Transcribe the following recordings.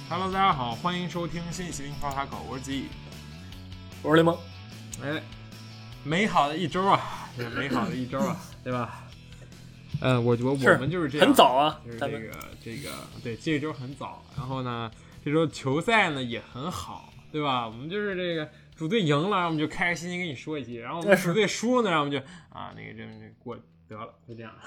Hello， 大家好，欢迎收听新一期的花塔口，我是子怡， 我是雷蒙。 哎，美好的一周啊，这美好的一周啊，对吧？我觉得我们就是这样， 很早啊， 就是对，这周很早。然后呢，这周球赛呢也很好，对吧？我们就是这个主队赢了，然后我们就开开心心跟你说一句，然后我们主队输呢，然后我们就这过得了，就这样，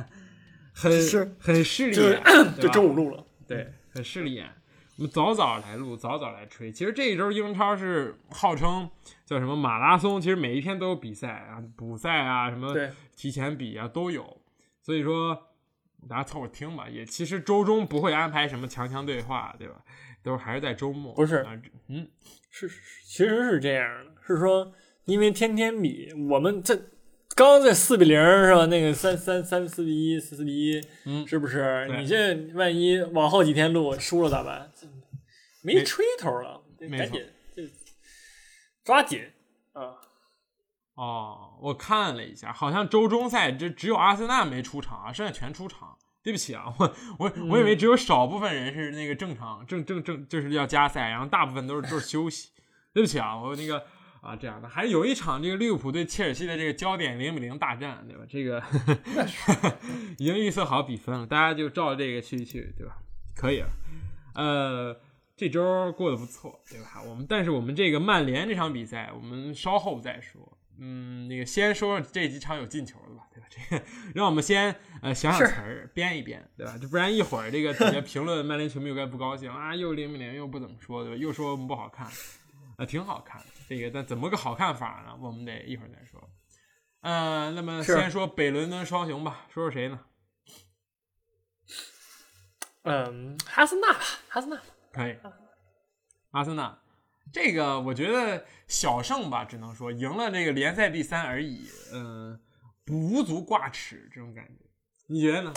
很势利眼， 就周五录了， 对，很势利眼。我们早早来录，早早来吹。其实这一周英超是号称叫什么马拉松，其实每一天都有比赛啊，补赛啊，什么提前比啊都有。所以说大家凑合听吧。也其实周中不会安排什么强对话，对吧？都还是在周末。 不是，是，其实是这样的，是说因为天天比，我们这刚在4-0是吧？那个3-4-1、4-1，是不是？你这万一往后几天录输了咋办？没吹头了，赶紧抓紧啊！ 我看了一下，好像周中赛只有阿森纳没出场啊，剩下全出场。对不起啊，我以为只有少部分人是那个正常就是要加赛，然后大部分都是休息。对不起啊，我那个。这样的还有一场这个利物浦对切尔西的这个焦点0-0大战，对吧？这个已经预测好比分了，大家就照这个去，对吧？可以了。这周过得不错，对吧？但是我们这个曼联这场比赛，我们稍后再说。那个先说这几场有进球的吧，对吧？这个让我们先想词儿，编一编，对吧？就不然一会儿这个底下评论曼联球迷又该不高兴啊，又0-0又不怎么说，对吧？又说我们不好看。挺好看的这个，但怎么个好看法呢？我们得一会儿再说。那么先说北伦敦双雄吧，说谁呢？ 哈森纳可以。阿森纳这个我觉得小胜吧，只能说赢了这个联赛第3而已。不足挂齿这种感觉，你觉得呢？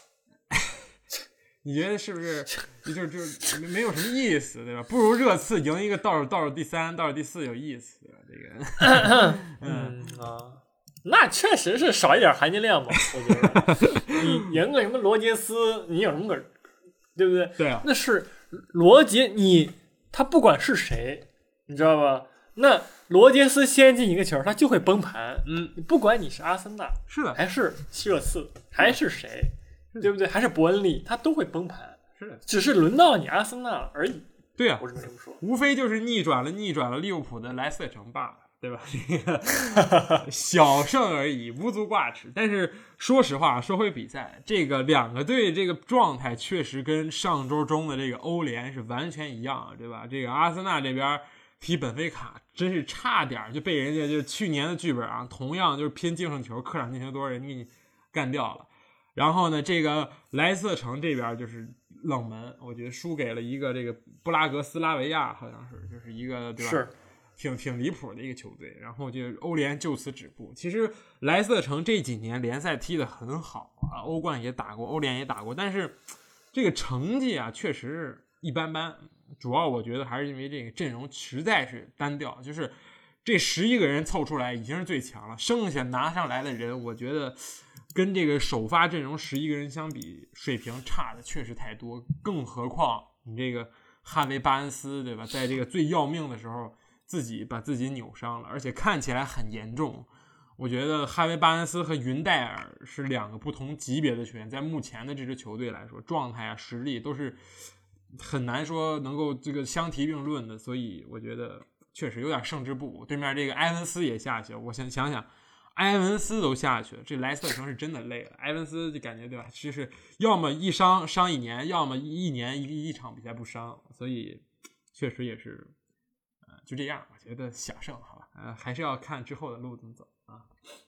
你觉得是不是就是没有什么意思，对吧？不如热刺赢一个倒数第3、倒数第4有意思，对吧？这个，那确实是少一点含金量嘛。我觉得你赢个什么罗杰斯，你有什么对不对？ 对啊， 那是罗杰，他不管是谁，你知道吧？那罗杰斯先进一个球，他就会崩盘。你不管你是阿森纳， 是的， 还是热刺，还是谁？对不对？还是伯恩利，他都会崩盘， 是的， 只是轮到你阿森纳而已。 对啊， 我只能这么说， 无非就是逆转了利物浦的莱斯特城罢了，对吧？小胜而已，无足挂齿。但是说实话，说回比赛，这个两个队这个状态确实跟上周中的这个欧联是完全一样，对吧？这个阿森纳这边踢本菲卡，真是差点就被人家就是去年的剧本啊，同样就是拼净胜球，客场进球多少人给你干掉了。然后呢，这个莱斯特城这边就是冷门，我觉得输给了一个这个布拉格斯拉维亚，好像就是一个对吧？ 是挺离谱的一个球队。然后就欧联就此止步。其实莱斯特城这几年联赛踢得很好啊，欧冠也打过，欧联也打过，但是这个成绩啊确实一般般。主要我觉得还是因为这个阵容实在是单调，就是这11个人凑出来已经是最强了，剩下拿上来的人，我觉得跟这个首发阵容11个人相比，水平差的确实太多。更何况你这个哈维巴恩斯，对吧？在这个最要命的时候，把自己扭伤了，而且看起来很严重。我觉得哈维巴恩斯和云戴尔是2个不同级别的球员，在目前的这支球队来说，状态啊、实力都是很难说能够这个相提并论的。所以我觉得确实有点胜之不武。对面这个埃文斯也下去了，我想想。埃文斯都下去了，这莱斯特城是真的累了。埃文斯就感觉对吧，就是要么一伤1年，要么一年一场比赛不伤，所以确实也是，就这样。我觉得小胜好吧，还是要看之后的路怎么走啊。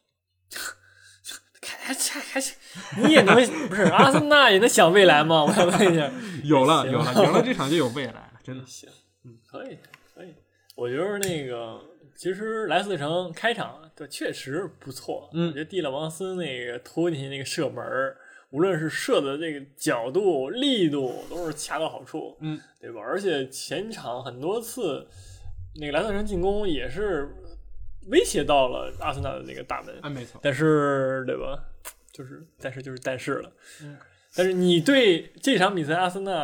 还你也能不是阿森纳也能想未来吗？我想问一下， 有了，赢了这场就有未来了，真的行，可以。我觉得那个。其实莱斯特城开场就确实不错，我觉得蒂勒芒斯那个拖进去那个射门，无论是射的这个角度、力度都是恰到好处，对吧？而且前场很多次那个莱斯特城进攻也是威胁到了阿森纳的那个大门， 没错。 但是对吧？但是了。但是你对这场比赛阿森纳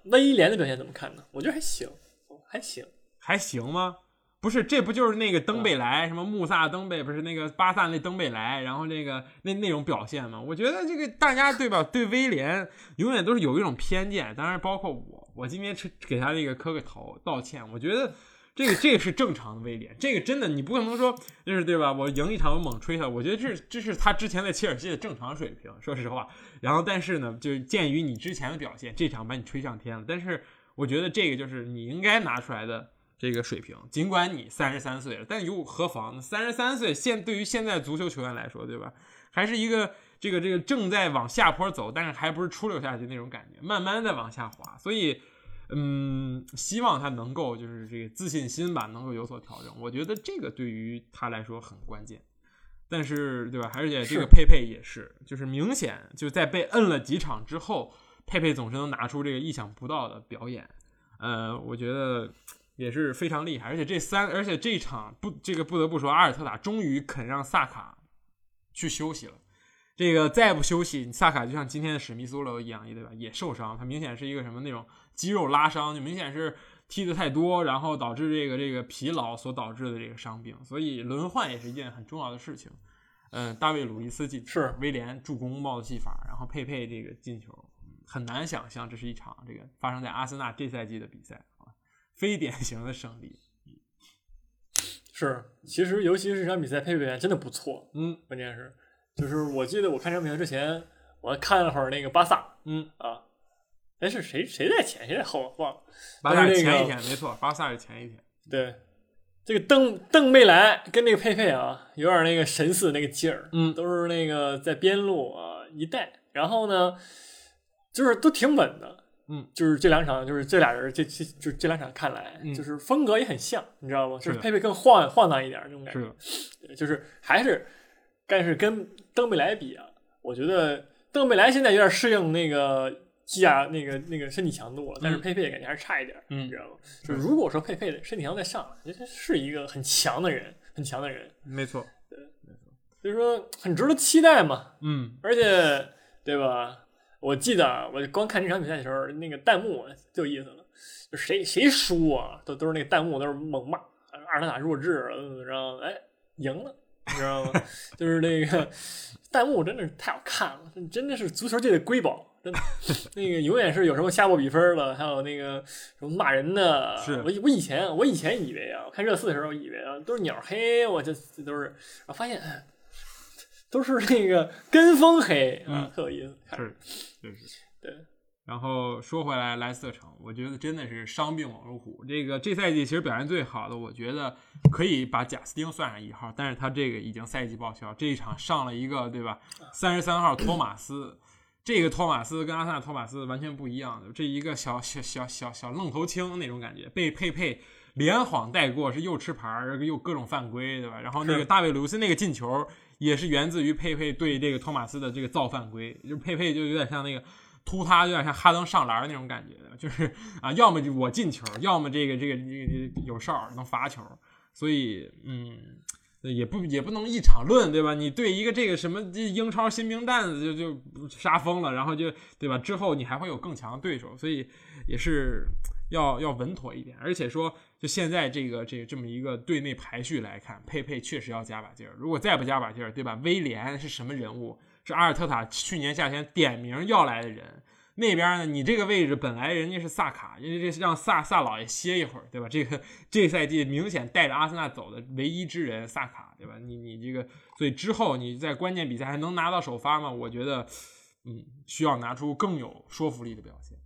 威廉的表现怎么看呢？我觉得还行， 还行吗？不是，这不就是那个登贝莱，什么穆萨登贝，不是那个巴萨那登贝莱，然后这个那种表现吗？我觉得这个大家对吧，对威廉永远都是有一种偏见，当然包括我今天给他这个磕个头道歉，我觉得这个是正常的威廉，这个真的你不可能说就是对吧？我赢一场我猛吹他，我觉得这是他之前在切尔西的正常水平，说实话。然后但是呢，就鉴于你之前的表现，这场把你吹上天了，但是我觉得这个就是你应该拿出来的。这个水平，尽管你33岁了，但又何妨呢？33岁对于现在足球球员来说，对吧？还是一个这个正在往下坡走，但是还不是出溜下去那种感觉，慢慢的往下滑。所以，希望他能够就是这个自信心吧，能够有所调整。我觉得这个对于他来说很关键。但是，对吧？而且这个佩佩也是，就是明显就在被摁了几场之后，佩佩总是能拿出这个意想不到的表演。我觉得。也是非常厉害，而且这一场不得不说，阿尔特塔终于肯让萨卡去休息了。这个再不休息，萨卡就像今天的史密苏楼一样，对吧？也受伤，他明显是一个什么那种肌肉拉伤，就明显是踢得太多，然后导致这个疲劳所导致的这个伤病。所以轮换也是一件很重要的事情。大卫·鲁伊斯进球， 是威廉助攻帽子戏法，然后佩佩这个进球，很难想象这是一场这个发生在阿森纳这赛季的比赛。非典型的胜利， 是，其实尤其是这场比赛佩佩真的不错，关键是，就是我记得我看这场比赛之前，我还看了会儿那个巴萨，是谁在前谁在后忘了， 巴萨是前一天，没错，巴萨是前一天， 对，这个邓贝莱跟那个佩佩啊，有点那个神似那个劲儿，都是那个在边路啊一带，然后呢，就是都挺稳的。就是这两场，就是这俩人，这两场看来，就是风格也很像，你知道吗？就是佩佩更晃荡一点那种感觉，就是但是跟登贝莱比啊，我觉得登贝莱现在有点适应那个基亚那个身体强度了，但是佩佩感觉还是差一点，你知道吗？就是如果说佩佩的身体强度再上来，这是一个很强的人， 没错， 对，没错，所以说很值得期待嘛，而且对吧？我记得我光看这场比赛的时候，那个弹幕就有意思了，就谁输啊，都是那个弹幕都是猛骂，阿尔特塔弱智，然后赢了，你知道吗？就是那个弹幕真的是太好看了，真的是足球界的瑰宝，真的那个永远是有什么下播比分的，还有那个什么骂人的。 是我以前以为啊，看热刺的时候我以为啊都是鸟黑，我这都是，然后发现。都是那个跟风黑特有意思。 是， 对。 然后说回来，莱斯特城，我觉得真的是伤病猛如虎。这赛季其实表现最好的，我觉得可以把贾斯汀算上1号，但是他这个已经赛季报销，这一场上了一个对吧？33号托马斯，这个托马斯跟阿森纳托马斯完全不一样的，这一个小愣头青那种感觉，被佩佩连晃带过，是又吃牌又各种犯规，对吧？然后那个大卫·鲁斯那个进球。也是源自于佩佩对这个托马斯的这个造犯规，就佩佩就有点像那个突他，有点像哈登上篮那种感觉，就是啊，要么就我进球，要么这个有哨能罚球，所以也不能一场论，对吧？你对一个这个什么英超新兵蛋子就杀疯了，然后就对吧？之后你还会有更强的对手，所以也是要稳妥一点，而且说。就现在这么一个队内排序来看，佩佩确实要加把劲儿。如果再不加把劲儿，对吧？威廉是什么人物？是阿尔特塔去年夏天点名要来的人。那边呢，你这个位置本来人家是萨卡，因为这是让萨老爷歇一会儿，对吧？这赛季明显带着阿森纳走的唯一之人萨卡，对吧？你这个，所以之后你在关键比赛还能拿到首发吗？我觉得，需要拿出更有说服力的表现。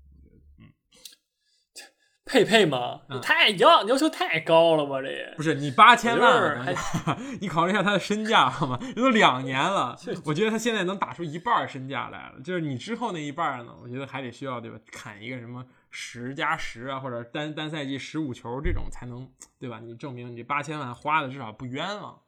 佩佩吗？太要求太高了吧？这也不是你8000万，你考虑一下他的身价好吗？都2年了，我觉得他现在能打出一半身价来了。就是你之后那一半呢，我觉得还得需要对吧？砍一个什么10+10啊，或者单赛季15球这种才能对吧？你证明你8000万花的至少不冤枉。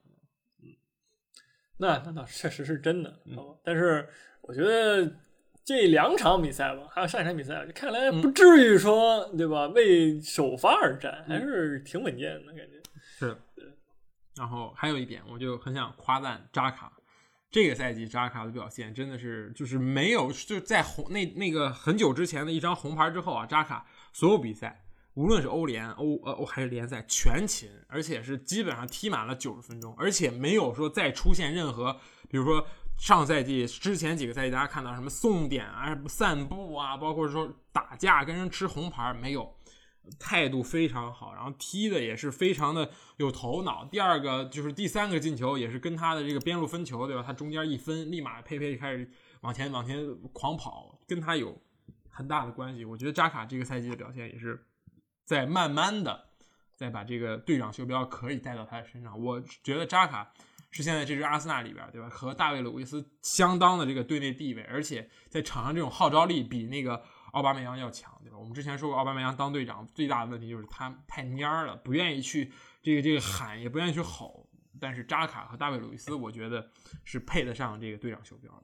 那倒确实是真的，但是我觉得。这2场比赛吧，还有上一场比赛，看来不至于说，对吧？为首发而战，还是挺稳健的感觉。 是，然后还有一点，我就很想夸赞扎卡。 这个赛季扎卡的表现真的是就是没有，就在那个很久之前的一张红牌之后啊，扎卡所有比赛无论是欧联还是联赛全勤，而且是基本上踢满了90分钟，而且没有说再出现任何比如说上赛季之前几个赛季大家看到什么送点啊、散步啊，包括说打架跟人吃红牌，没有，态度非常好，然后踢的也是非常的有头脑。第二个就是第3个进球也是跟他的这个边路分球，对吧？他中间一分，立马佩开始往前狂跑，跟他有很大的关系。我觉得扎卡这个赛季的表现也是在慢慢的再把这个队长袖标可以带到他的身上。我觉得扎卡是现在这支阿森纳里边，对吧？和大卫鲁伊斯相当的这个队内地位，而且在场上这种号召力比那个奥巴梅扬要强，对吧？我们之前说过，奥巴梅扬当队长最大的问题就是他太蔫了，不愿意去这个喊，也不愿意去吼。但是扎卡和大卫鲁伊斯，我觉得是配得上这个队长袖标的。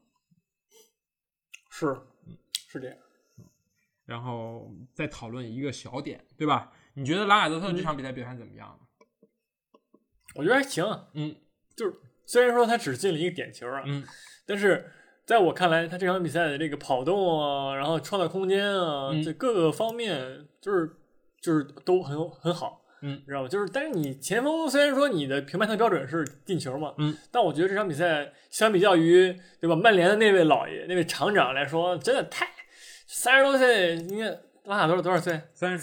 是这样。 然后再讨论一个小点，对吧？你觉得拉卡泽特这场比赛表现怎么样呢？ 我觉得还行。就是虽然说他只进了一个点球啊，但是在我看来，他这场比赛的这个跑动啊，然后创造空间啊，这各个方面就是都很好，你知道吗？就是但是你前锋虽然说你的评判的标准是进球嘛，但我觉得这场比赛相比较于对吧曼联的那位老爷那位厂长来说，真的太30多岁，应该拉卡多少岁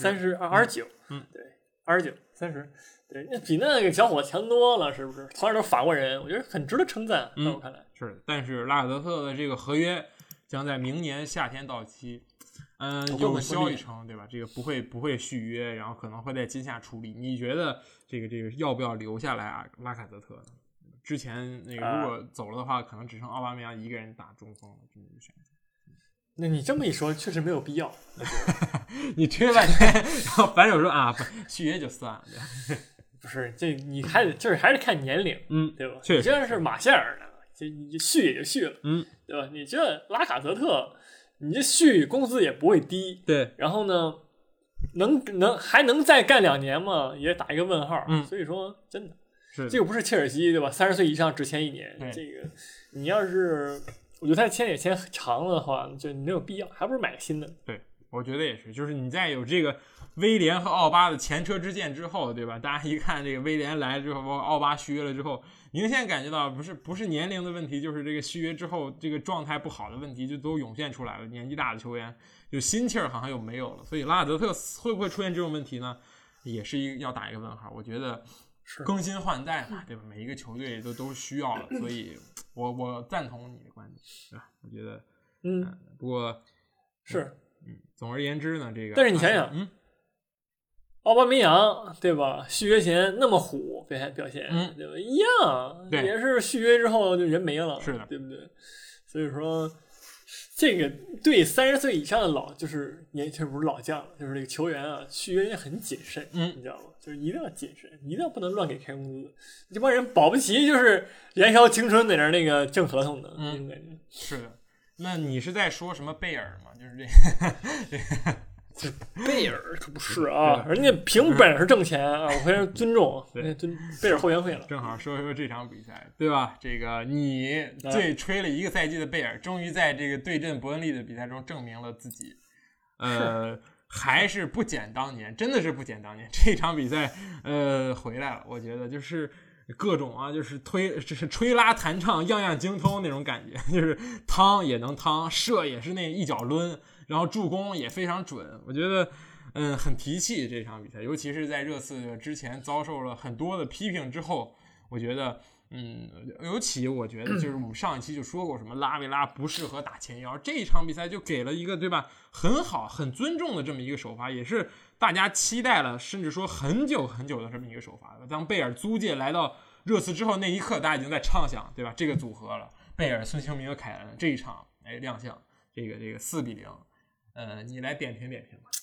？29，对，29，30。对，比那个小伙强多了，是不是？同样都是法国人，我觉得很值得称赞。在我看来， 是的。但是拉卡泽特的这个合约将在明年夏天到期，有消息称，对吧？这个不会续约，然后可能会在今夏处理。你觉得这个要不要留下来啊？拉卡泽特呢？之前那个如果走了的话，可能只剩奥巴梅扬一个人打中锋了，这么一个选择。 那你这么一说，确实没有必要。 你吹了半天，然后反手说啊，续约就算了。 不是，这你还是看年龄，对吧？ 确实， 你这是马歇尔呢，你续也就续了，对吧？你这拉卡泽特，你这续工资也不会低， 对。 然后呢，还能再干2年吗？也打一个问号。所以说，真的是这个不是切尔西，对吧？30岁以上只签1年，这个你要是我觉得他签也签长了的话，就没有必要，还不如买个新的。 对，我觉得也是，就是你在有这个威廉和奥巴的前车之鉴之后，对吧？大家一看这个威廉来之后，包括奥巴续约了之后，明显感觉到不是年龄的问题，就是这个续约之后这个状态不好的问题就都涌现出来了。年纪大的球员就心气儿好像又没有了，所以拉卡泽特会不会出现这种问题呢？也是要打一个问号。我觉得更新换代嘛，对吧？每一个球队都需要了，所以我赞同你的观点，对吧？我觉得不过总而言之呢，这个但是你想想，奥巴梅扬对吧？续约前那么虎表现，对吧？一样，也是续约之后就人没了， 是的， 对不对？所以说，这个对30岁以上的就是不是老将，就是这个球员啊，续约也很谨慎，你知道吗？就是一定要谨慎，一定要不能乱给开工资。这帮人保不齐就是燃烧青春在那个挣合同的，那种感觉。 是的，那你是在说什么贝尔吗？就是这贝尔可不是啊，人家凭本事挣钱啊，我非常尊重，贝尔后援会了。 正好说这场比赛，对吧？这个你最吹了一个赛季的贝尔，终于在这个对阵伯恩利的比赛中证明了自己，还是不减当年，真的是不减当年。这场比赛回来了，我觉得就是各种啊，就是吹拉弹唱，样样精通那种感觉，就是趟也能趟，射也是那一脚抡，然后助攻也非常准。我觉得很提气这场比赛，尤其是在热刺之前遭受了很多的批评之后，我觉得尤其我觉得就是我们上一期就说过什么拉维拉不适合打前腰，这一场比赛就给了一个对吧很好很尊重的这么一个首发，也是大家期待了甚至说很久很久的这么一个首发。当贝尔租借来到热刺之后，那一刻大家已经在畅想对吧这个组合了，贝尔、孙兴民和凯恩这一场亮相，这个4-0，你来点评点评吧。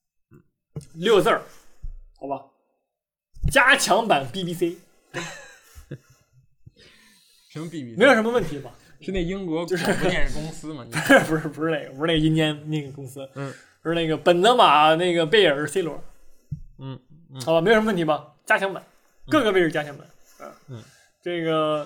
6个字儿，好吧，加强版 BBC。 什么 BBC？ 没有什么问题吧？ 是那英国广播电视公司吗？ 不是那个，不是那个阴间那个公司，是那个本泽马、那个贝尔、C 罗，好吧，没有什么问题吧？加强版，各个位置加强版，这个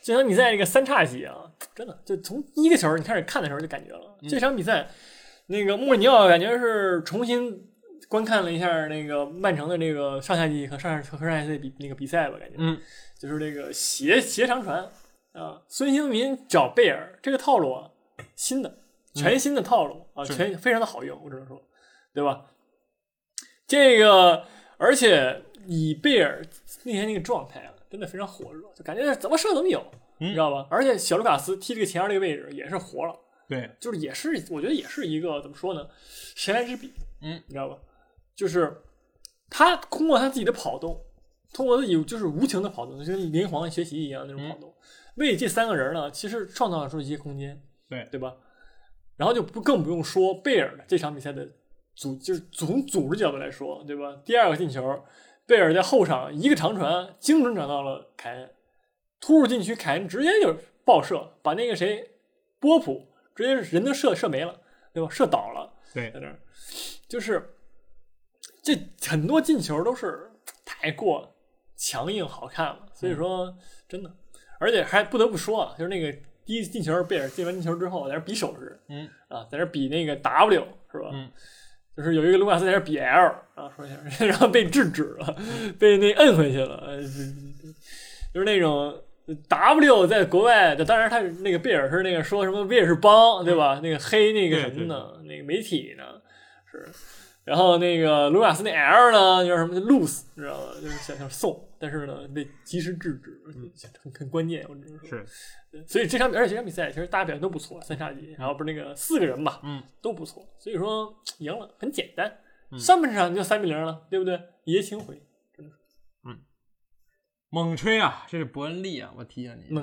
这场比赛这个三叉戟啊，真的就从第一个球你开始看的时候就感觉了，这场比赛那个穆里尼奥感觉是重新观看了一下那个曼城的这个上赛季和上赛季那个比赛吧，感觉，就是这个斜长传啊，孙兴民找贝尔这个套路啊，新的全新的套路啊，非常的好用，我只能说，对吧？这个而且以贝尔那天那个状态啊，真的非常火热，就感觉怎么射怎么有，你知道吧？而且小卢卡斯踢这个前腰这个位置也是活了， 对， 就是也是我觉得也是一个怎么说呢，神来之笔，你知道吧？就是他通过他自己的跑动，通过自己就是无情的跑动，就跟连环学习一样那种跑动，为这三个人呢，其实创造出一些空间，对吧？然后就更不用说贝尔的这场比赛的就是从组织角度来说，对吧？第二个进球，贝尔在后场一个长传，精准找到了凯恩，突入禁区，凯恩直接就爆射，把那个谁波普直接人都射没了，对吧？射倒了， 对， 在那儿就是这很多进球都是太过强硬好看了，所以说真的，而且还不得不说啊，就是那个第一进球，贝尔进完进球之后在那比手势，在那比那个 W 是吧？就是有一个卢卡斯在那比 L 啊，说一下，然后被制止了，被那摁回去了，就是那种 W 在国外，当然他那个贝尔是那个说什么威尔士邦对吧？那个黑那个什么呢？那个媒体呢是。然后那个卢卡斯那 L 呢，就是什么 lose， 你知道吗？就是想送，但是呢被及时制止，很关键。我只能说， 是。 所以这场比赛其实大家表现都不错，三叉戟，然后不是那个4个人吧，都不错。所以说赢了很简单，上半场就3-0了，对不对？一夜情回，真的是， 猛吹啊！这是伯恩利啊，我提醒你，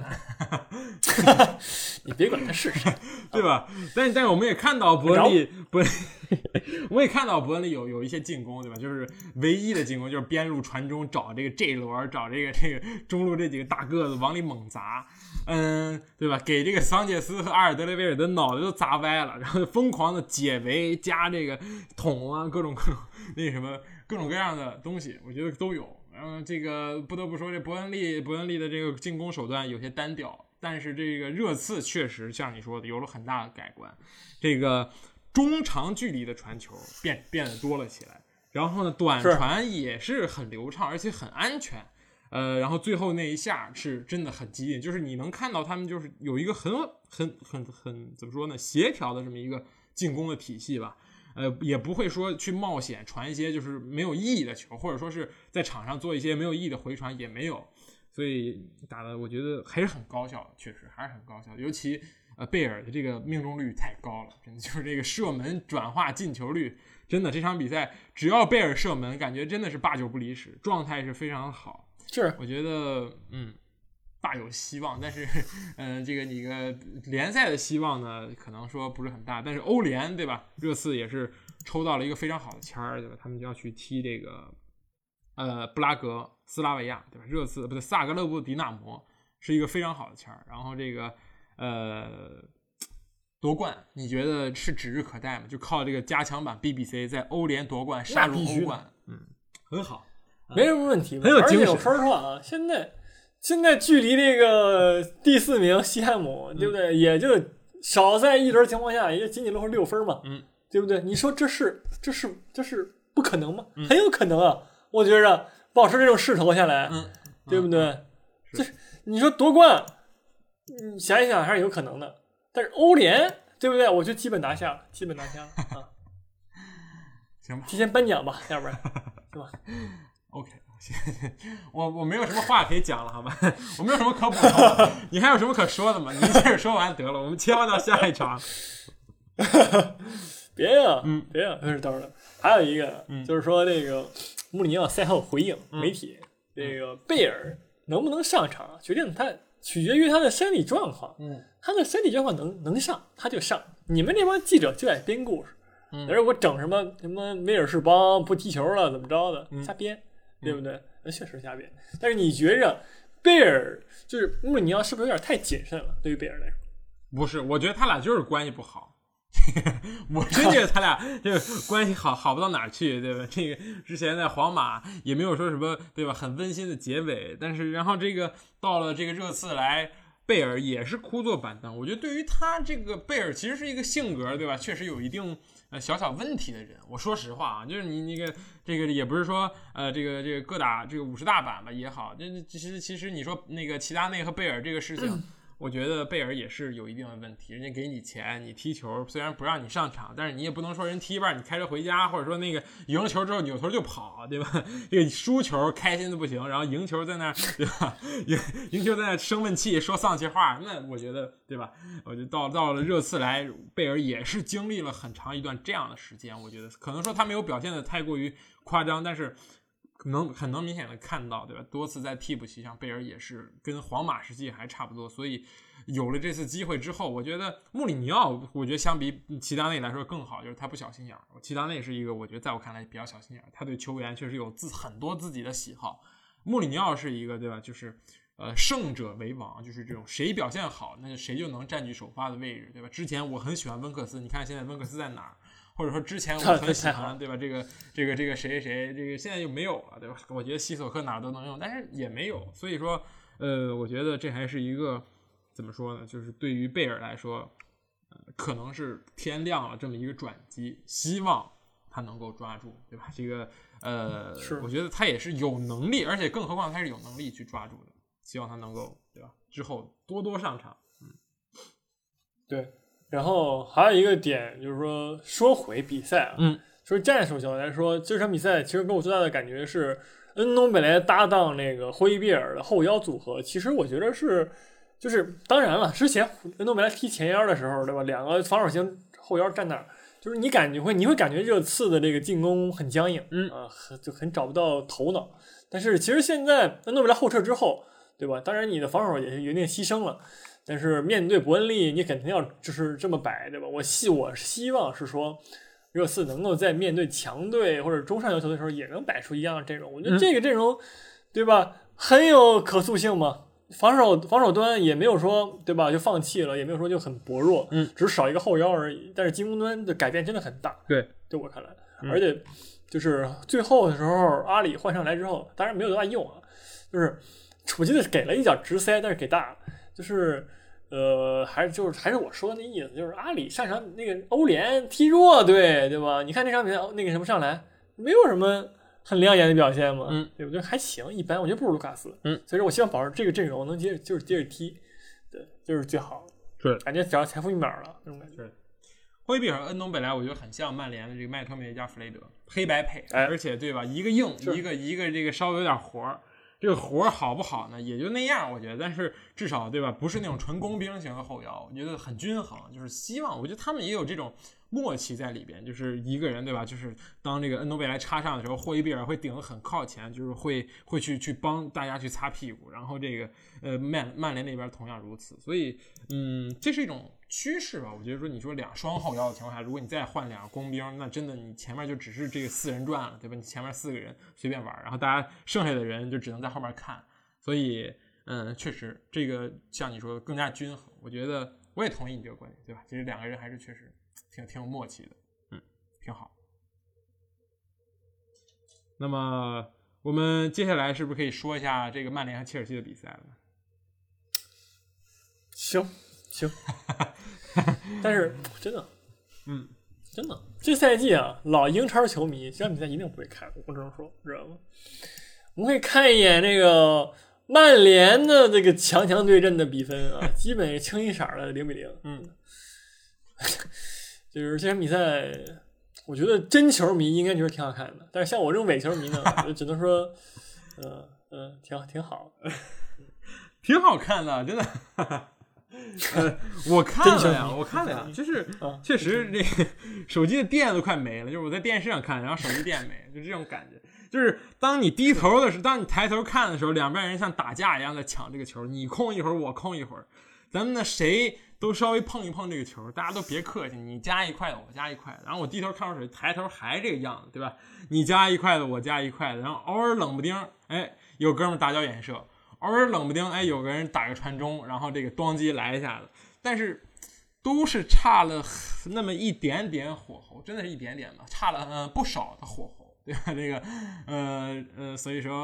你别管他是谁， 对吧？但是我们也看到伯恩利，我也看到伯恩利有一些进攻，对吧？就是唯一的进攻就是边路传中找这个 J 罗，找这个中路这几个大个子往里猛砸，对吧？给这个桑切斯和阿尔德雷维尔的脑袋都砸歪了，然后疯狂的解围加这个捅啊，各种那什么各种各样的东西，我觉得都有。这个不得不说，这伯恩利的这个进攻手段有些单调，但是这个热刺确实像你说的有了很大的改观，这个中长距离的传球变得多了起来，然后呢短传也是很流畅而且很安全，然后最后那一下是真的很激进，就是你能看到他们就是有一个很怎么说呢，协调的这么一个进攻的体系吧。也不会说去冒险传一些就是没有意义的球，或者说是在场上做一些没有意义的回传也没有，所以打的我觉得还是很高效，确实还是很高效。尤其贝尔的这个命中率太高了，真的就是这个射门转化进球率，真的这场比赛只要贝尔射门，感觉真的是8九不离10，状态是非常好。 是， 我觉得大有希望，但是这个联赛的希望呢，可能说不是很大，但是欧联对吧？热刺也是抽到了一个非常好的签儿，对吧？他们就要去踢这个布拉格斯拉维亚，对吧？热刺不对，萨格勒布迪纳摩是一个非常好的签儿，然后这个夺冠，你觉得是指日可待吗？就靠这个加强版 BBC 在欧联夺冠，杀入欧冠，很好， 没什么问题， 很有精神。 而且我说实话啊，现在距离这个第4名西汉姆，对不对？也就少在一轮情况下，也就仅仅落后6分嘛，对不对？你说这是不可能吗？很有可能啊！我觉着保持这种势头下来，对不对？这你说夺冠，你想一想还是有可能的。但是欧联，对不对？我就基本拿下了啊！ 行吧， 提前颁奖吧，要不然，是吧 ？OK。我没有什么话可以讲了，好吧？我没有什么可补充的，你还有什么可说的吗？你一下说完得了，我们切换到下一场。 别呀，等会儿，还有一个，就是说这个穆里尼奥赛后回应媒体，这个贝尔能不能上场，取决于他的身体状况。他的身体状况能上，他就上。你们这帮记者就爱编故事，而我整什么威尔士邦不踢球了，怎么着的，瞎编。对不对？那确实瞎编。但是你觉着贝尔就是穆里尼奥是不是有点太谨慎了？对于贝尔来说， 不是，我觉得他俩就是关系不好。我真觉得他俩这个关系好不到哪儿去，对吧？这个之前在皇马也没有说什么，对吧？很温馨的结尾，但是然后这个到了这个热刺来贝尔也是枯坐板凳。我觉得对于他这个贝尔其实是一个性格，对吧？确实有一定小小问题的人。我说实话啊，就是你那个这个也不是说这个各打这个50大板吧也好，这其实你说那个齐达内和贝尔这个事情。我觉得贝尔也是有一定的问题，人家给你钱，你踢球，虽然不让你上场，但是你也不能说人踢一半你开车回家，或者说那个赢了球之后扭头就跑，对吧？这个输球开心的不行，然后赢球在那儿，对吧？赢球在那儿生闷气，说丧气话，那我觉得，对吧？我觉得到了热刺来，贝尔也是经历了很长一段这样的时间，我觉得可能说他没有表现的太过于夸张，但是。很能明显的看到，对吧？多次在替补席上，贝尔也是跟皇马时期还差不多，所以有了这次机会之后，我觉得穆里尼奥，我觉得相比齐达内来说更好，就是他不小心眼儿。齐达内是一个，我觉得在我看来比较小心眼儿，他对球员确实有很多自己的喜好。穆里尼奥是一个，对吧？就是胜者为王，就是这种谁表现好，那就谁就能占据首发的位置，对吧？之前我很喜欢温克斯，你看现在温克斯在哪儿？或者说之前我很喜欢，对吧？这个谁，这个现在就没有了，对吧？我觉得西索科哪儿都能用，但是也没有，所以说，我觉得这还是一个怎么说呢？就是对于贝尔来说，可能是天亮了这么一个转机，希望他能够抓住，对吧？这个我觉得他也是有能力，而且更何况他是有能力去抓住的，希望他能够，对吧？之后多上场， 对。然后还有一个点就是说回比赛啊，说战术角来说，这场比赛其实给我最大的感觉是恩东贝莱搭档那个霍伊比尔的后腰组合，其实我觉得就是当然了，之前恩东贝莱踢前腰的时候，对吧？两个防守型后腰站那儿，就是你会感觉热刺的这个进攻很僵硬，就很找不到头脑。但是其实现在恩东贝莱后撤之后，对吧？当然你的防守也是有点牺牲了。但是面对伯恩利，你肯定要就是这么摆，对吧？我希望是说，热刺能够在面对强队或者中上游球队的时候，也能摆出一样的阵容。我觉得这个阵容，对吧？很有可塑性嘛。防守端也没有说，对吧？就放弃了，也没有说就很薄弱，只是少一个后腰而已。但是进攻端的改变真的很大， 对我看来，而且就是最后的时候，阿里换上来之后，当然没有多大用啊，就是我记得给了一脚直塞，但是给大了。就是还是我说的那意思，就是阿里上场那个欧联踢弱队，对吧？你看那场比赛那个什么上来没有什么很亮眼的表现嘛，对不对？还行，一般，我觉得不如卢卡斯，所以说我希望保持这个阵容能接着踢，对，就是最好， 对， 感觉只要财富一秒了那种感觉。 霍伊比尔和恩东贝莱，我觉得很像曼联的这个麦托米加弗雷德，黑白配，而且对吧？一个硬，一个这个稍微有点活。这个活好不好呢？也就那样，我觉得。但是至少对吧？不是那种纯工兵型的后腰，我觉得很均衡。就是希望，我觉得他们也有这种默契在里边。就是一个人对吧？就是当这个恩东贝莱插上的时候，霍伊比尔会顶得很靠前，就是会去帮大家去擦屁股。然后这个曼联那边同样如此。所以这是一种趋势吧。我觉得说你说两双后腰的情况下，如果你再换两个工兵，那真的你前面就只是这个4人转了，对吧？你前面4个人随便玩，然后大家剩下的人就只能在后面看。所以确实这个像你说的更加均衡。我觉得我也同意你这个观点，对吧？其实两个人还是确实挺有默契的，挺好。那么我们接下来是不是可以说一下这个曼联和切尔西的比赛了呢？ 行，但是真的，真的，这赛季啊，老英超球迷这场比赛一定不会看，我只能说，知道吗？我们可以看一眼这个曼联的这个强对阵的比分啊，基本清一色的0-0。就是这场比赛，我觉得真球迷应该觉得挺好看的，但是像我这种伪球迷呢，我只能说，挺好， 挺好看的，真的。我看了呀，就是确实这个手机的电都快没了，就是我在电视上看，然后手机电没，就这种感觉。就是当你低头的时候，当你抬头看的时候，两边人像打架一样在抢这个球，你控一会儿，我控一会儿，咱们呢谁都稍微碰一碰这个球，大家都别客气，你加一块的，我加一块的，然后我低头看会儿，抬头还这个样子，对吧？你加一块的，我加一块的，然后偶尔冷不丁，有哥们打脚眼射。偶尔冷不丁，有个人打个传中，然后这个咣叽来一下子，但是都是差了那么一点点火候，真的是一点点吧，差了不少的火候，对吧？这个所以说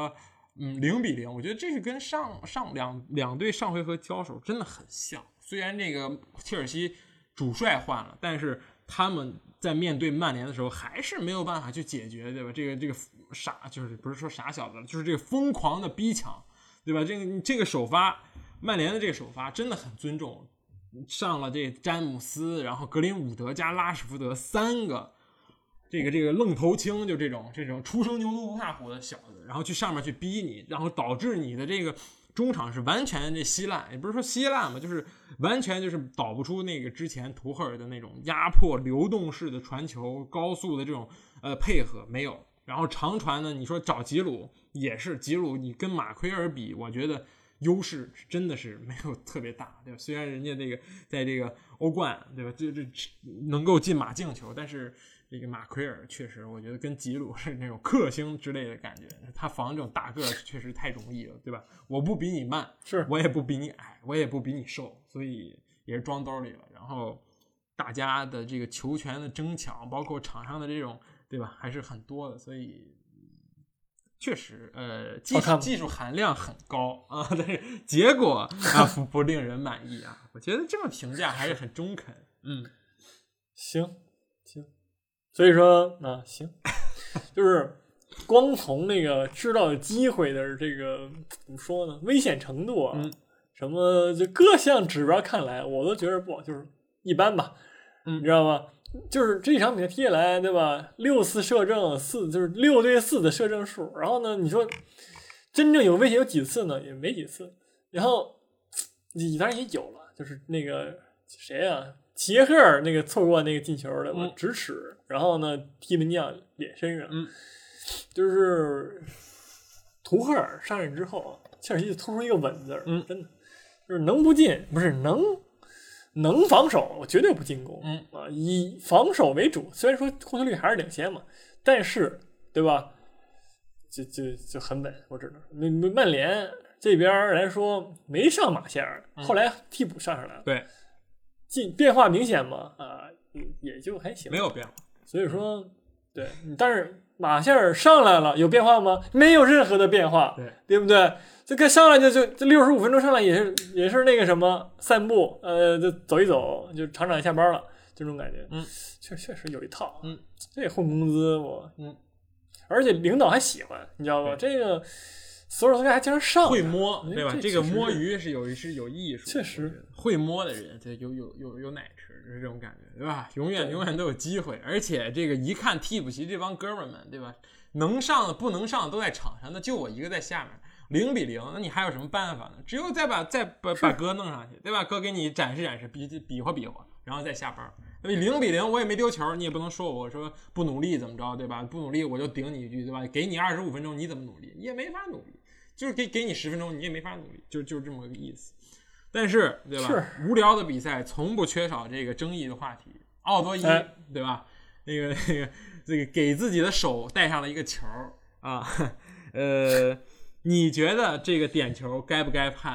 0-0，我觉得这是跟两队上回合交手真的很像。虽然这个切尔西主帅换了，但是他们在面对曼联的时候还是没有办法去解决，对吧？这个就是不是说傻小子，就是这个疯狂的逼抢，对吧？这个首发，曼联的这个首发真的很尊重，上了这詹姆斯，然后格林伍德加拉什福德3个。这个愣头青，就这种初生牛犊不怕虎的小子，然后去上面去逼你，然后导致你的这个中场是完全这稀烂，也不是说稀烂嘛，就是完全就是导不出那个之前图赫尔的那种压迫流动式的传球，高速的这种配合没有。然后长传呢，你说找吉鲁也是，吉鲁你跟马奎尔比，我觉得优势真的是没有特别大，对吧？虽然人家这个在这个欧冠，对吧，这能够进马竞球，但是这个马奎尔确实，我觉得跟吉鲁是那种克星之类的感觉，他防这种大个确实太容易了，对吧？我不比你慢， 是我也不比你矮，我也不比你瘦，所以也是装兜里了。然后大家的这个球权的争抢，包括场上的这种，对吧，还是很多的，所以确实技术含量很高啊，但是结果啊不令人满意啊。我觉得这么评价还是很中肯。 行。所以说行，就是光从那个知道机会的这个怎么说呢，危险程度啊，什么就各项指标看来，我都觉得不就是一般吧，你知道吗？就是这场比赛踢下来，对吧？6次射正4，就是6对4的射正数。然后呢，你说真正有威胁有几次呢？也没几次。然后你当然也有了，就是那个谁啊？齐耶赫尔那个错过那个进球的直尺，然后呢踢门将脸身上，就是图赫尔上任之后，切尔西就突出一个稳字，真的就是能不进不是能防守，我绝对不进攻，以防守为主。虽然说控球率还是领先嘛，但是对吧？就很稳，我知道。曼联这边来说没上马夏尔，后来替补上来了， 对。 变化明显吗？也就还行， 没有变化。 所以说，对，但是马夏尔上来了，有变化吗？没有任何的变化，对不对？这个上来就65分钟上来也是那个什么散步，就走一走，就厂长下班了，这种感觉，确实有一套，这混工资而且领导还喜欢，你知道吧？这个。所有同学还经常上会摸，对吧？这个摸鱼是有艺术， 确实会摸的人，这有奶吃，就是这种感觉，对吧？永远都有机会，而且这个一看替补席这帮哥们们，对吧？能上的不能上的都在场上，那就我一个在下面，0-0，那你还有什么办法呢？只有再把哥弄上去，对吧？哥给你展示比划，然后再下班。0-0，我也没丢球，你也不能说我说不努力怎么着，对吧？不努力我就顶你一句，对吧？给你25分钟，你怎么努力？你也没法努力。就是给你10分钟，你也没法努力，就是这么个意思。但是，对吧？无聊的比赛从不缺少这个争议的话题。奥多伊，对吧？那个这个给自己的手带上了一个球啊，你觉得这个点球该不该判？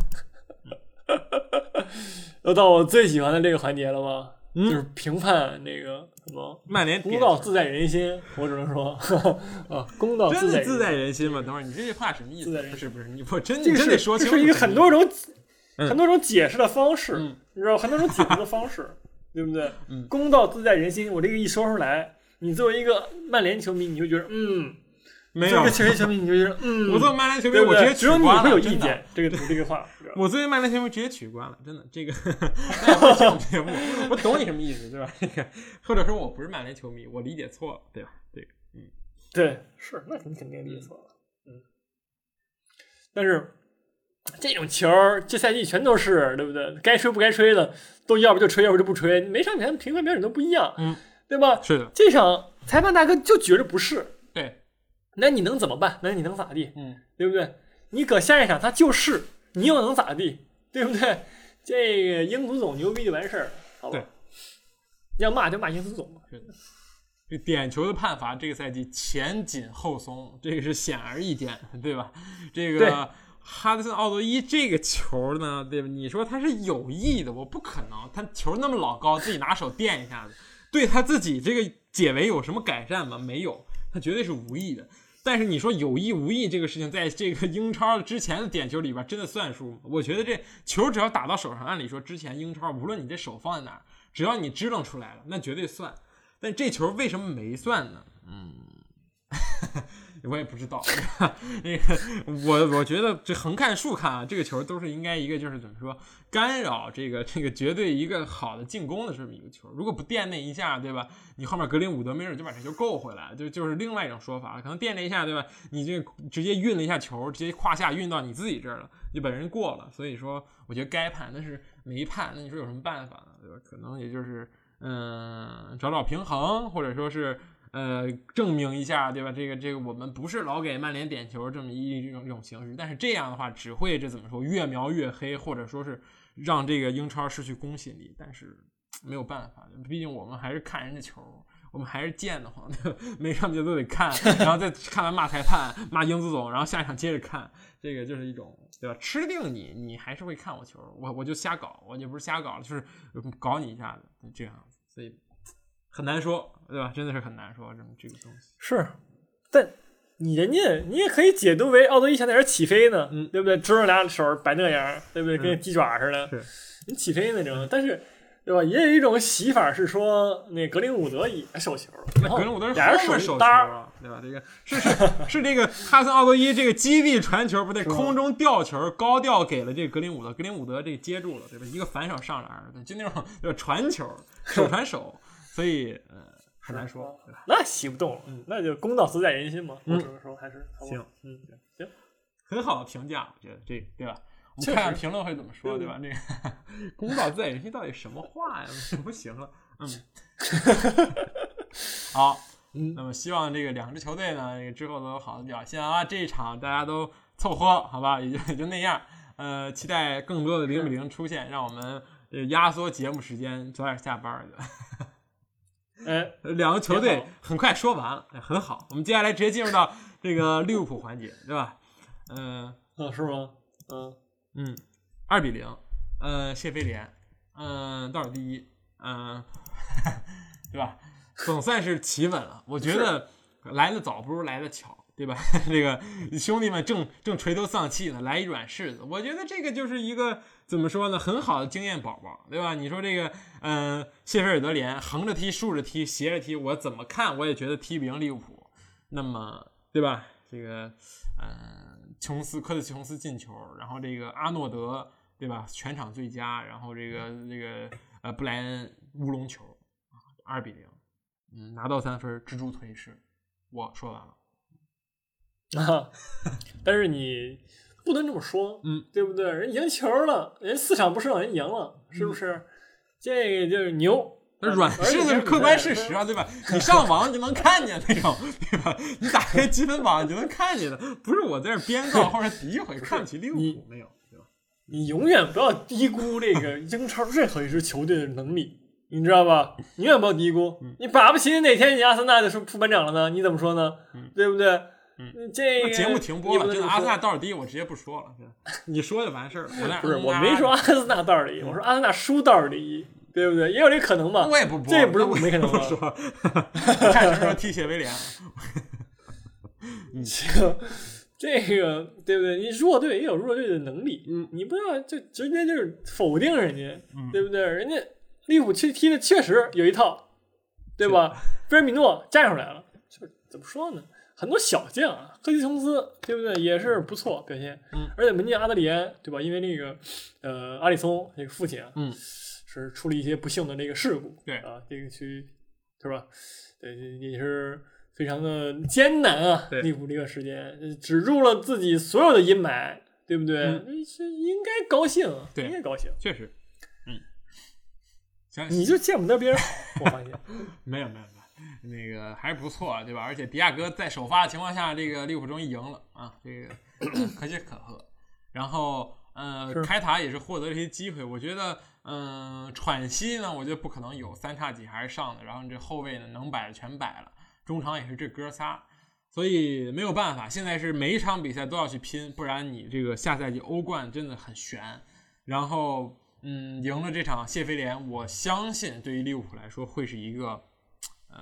又到我最喜欢的这个环节了吗？就是评判那个什么曼联公道自在人心，我只能说公道真的自在人心吗？等会儿你这句话什么意思？不是，你真得说清楚。 这是一个很多种解释的方式，你知道很多种解释的方式，对不对？公道自在人心，我这个一说出来，你作为一个曼联球迷，你就觉得没有。作为切尔西球迷，你就觉得我作为曼联球迷，我直接只有你会有意见。这个话， 我作为曼联球迷直接取关了，真的这个。我懂你什么意思，对吧？这个或者说我不是曼联球迷，我理解错了，对吧？ 对，是，那你肯定理解错了，但是这种球这赛季全都是，对不对？该吹不该吹的，都要不就吹，要不就不吹。每场比赛评判标准都不一样，对吧？ 是的， 这场裁判大哥就觉得不是， 对， 那你能怎么办？那你能咋地？对不对？你搁下一场他就是，你又能咋地？对不对？这个英足总牛逼就完事儿，好吧？要骂就骂英足总嘛。 这点球的判罚这个赛季前紧后松，这个是显而易见，对吧？这个哈德森奥多伊这个球呢，对吧？你说他是有意的，我不可能，他球那么老高，自己拿手垫一下子，对他自己这个解围有什么改善吗？没有，他绝对是无意的。 但是你说有意无意这个事情，在这个英超之前的点球里边真的算数吗？我觉得这球只要打到手上，按理说之前英超无论你这手放在哪儿，只要你支棱出来了，那绝对算。但这球为什么没算呢？我也不知道。那个我觉得这横看竖看啊，这个球都是应该一个就是怎么说干扰这个绝对一个好的进攻的这么一个球。如果不垫那一下，对吧？你后面格林伍德没准就把这球够回来，就是另外一种说法，可能垫那一下，对吧？你这直接运了一下球，直接胯下运到你自己这儿了，就把人过了。所以说，我觉得该判，但是没判，那你说有什么办法呢？对吧？可能也就是找找平衡，或者说是。证明一下，对吧？这个我们不是老给曼联点球这么一种形式，但是这样的话只会这怎么说越描越黑，或者说是让这个英超失去公信力。但是没有办法，毕竟我们还是看人家球，我们还是贱得慌，没上节都得看，然后再看完骂裁判、骂英姿总，然后下一场接着看，这个就是一种对吧？吃定你还是会看我球，我就瞎搞，我就不是瞎搞，就是搞你一下子这样子，所以。很难说，对吧？真的是很难说这个东西。 是，但你也可以解读为奥多伊想在这起飞呢，对不对？支着俩手摆那样，对不对？跟鸡爪似的，你起飞那种。但是，对吧？也有一种洗法是说，那格林伍德也手球， 格林伍德是后面手球啊，对吧？这个是这个哈森奥多伊这个基地传球，不对，空中吊球高吊给了这个格林伍德，格林伍德这接住了，对吧？一个反手上篮，就那种传球，手传手。所以很难说，对吧？ 那洗不动了，那就公道自在人心嘛。我只能说还是行， 行， 很好的评价，我觉得这对吧？我们看看评论会怎么说，对吧？这个公道自在人心到底什么话呀？不行了，好，那么希望这个两支球队呢，这个之后都有好的表现啊。这一场大家都凑合，好吧，也就那样。期待更多的0-0出现，让我们压缩节目时间，早点下班去。两个球队很快说完了，很好。我们接下来直接进入到这个利物浦环节，对吧？ 是吗 ？2-0，谢菲联，倒数第一，对吧？总算是企稳了。我觉得来得早不如来得巧，对吧？这个兄弟们正垂头丧气呢，来一软柿子。我觉得这个就是一个怎么说呢，很好的经验宝宝，对吧？你说这个谢菲尔德联横着踢、竖着踢、斜着踢，我怎么看我也觉得踢不赢利物浦。那么对吧？这个科特琼斯进球，然后这个阿诺德对吧？全场最佳，然后这个布莱恩乌龙球，2-0，拿到3分，蜘蛛腿是。我说完了。 但是你不能这么说，对不对？人赢球了，人4场不胜人赢了，是不是？这个就是牛。 软柿子是客观事实啊，对吧？你上网就能看见那种，对吧？你打开积分榜就能看见的，不是我在这编造或者诋毁看不起利物浦，没有，对吧？ 你永远不要低估这个英超任何一支球队的能力，你知道吧？你永远不要低估。你把不起哪天你阿森纳就副班长了呢？你怎么说呢？对不对？这个节目停播了，真的阿森纳倒数第一，我直接不说了。你说就完事儿了。 不是，我没说阿森纳倒数第一，我说阿森纳输倒数第一。对不对？也有这可能嘛？ 我也不播， 这也不是没可能不说。看什么时候踢谢维联？ 这个对不对？你弱队也有弱队的能力，你不要就直接就是否定人家，对不对？人家利物浦踢的确实有一套，对吧？菲尔米诺站出来了，就是怎么说呢？很多小将啊，科蒂琼斯对不对？也是不错表现，而且门将阿德里安对吧？因为那个阿里松那个父亲啊，是出了一些不幸的那个事故， 对啊，这个区是吧？对，也是非常的艰难啊。利物浦这个时间止住了自己所有的阴霾，对不对？是应该高兴， 对， 应该高兴， 确实， 你就见不得别人好，我发现没有，那个还是不错，对吧？而且迪亚哥在首发的情况下，这个利物浦终于赢了啊，这个可喜可贺。然后开塔也是获得了一些机会，我觉得喘息呢，我觉得不可能有，3叉戟还是上的，然后这后卫呢能摆的全摆了，中场也是这哥仨，所以没有办法，现在是每一场比赛都要去拼，不然你这个下赛季欧冠真的很悬。然后赢了这场谢菲联，我相信对于利物浦来说会是一个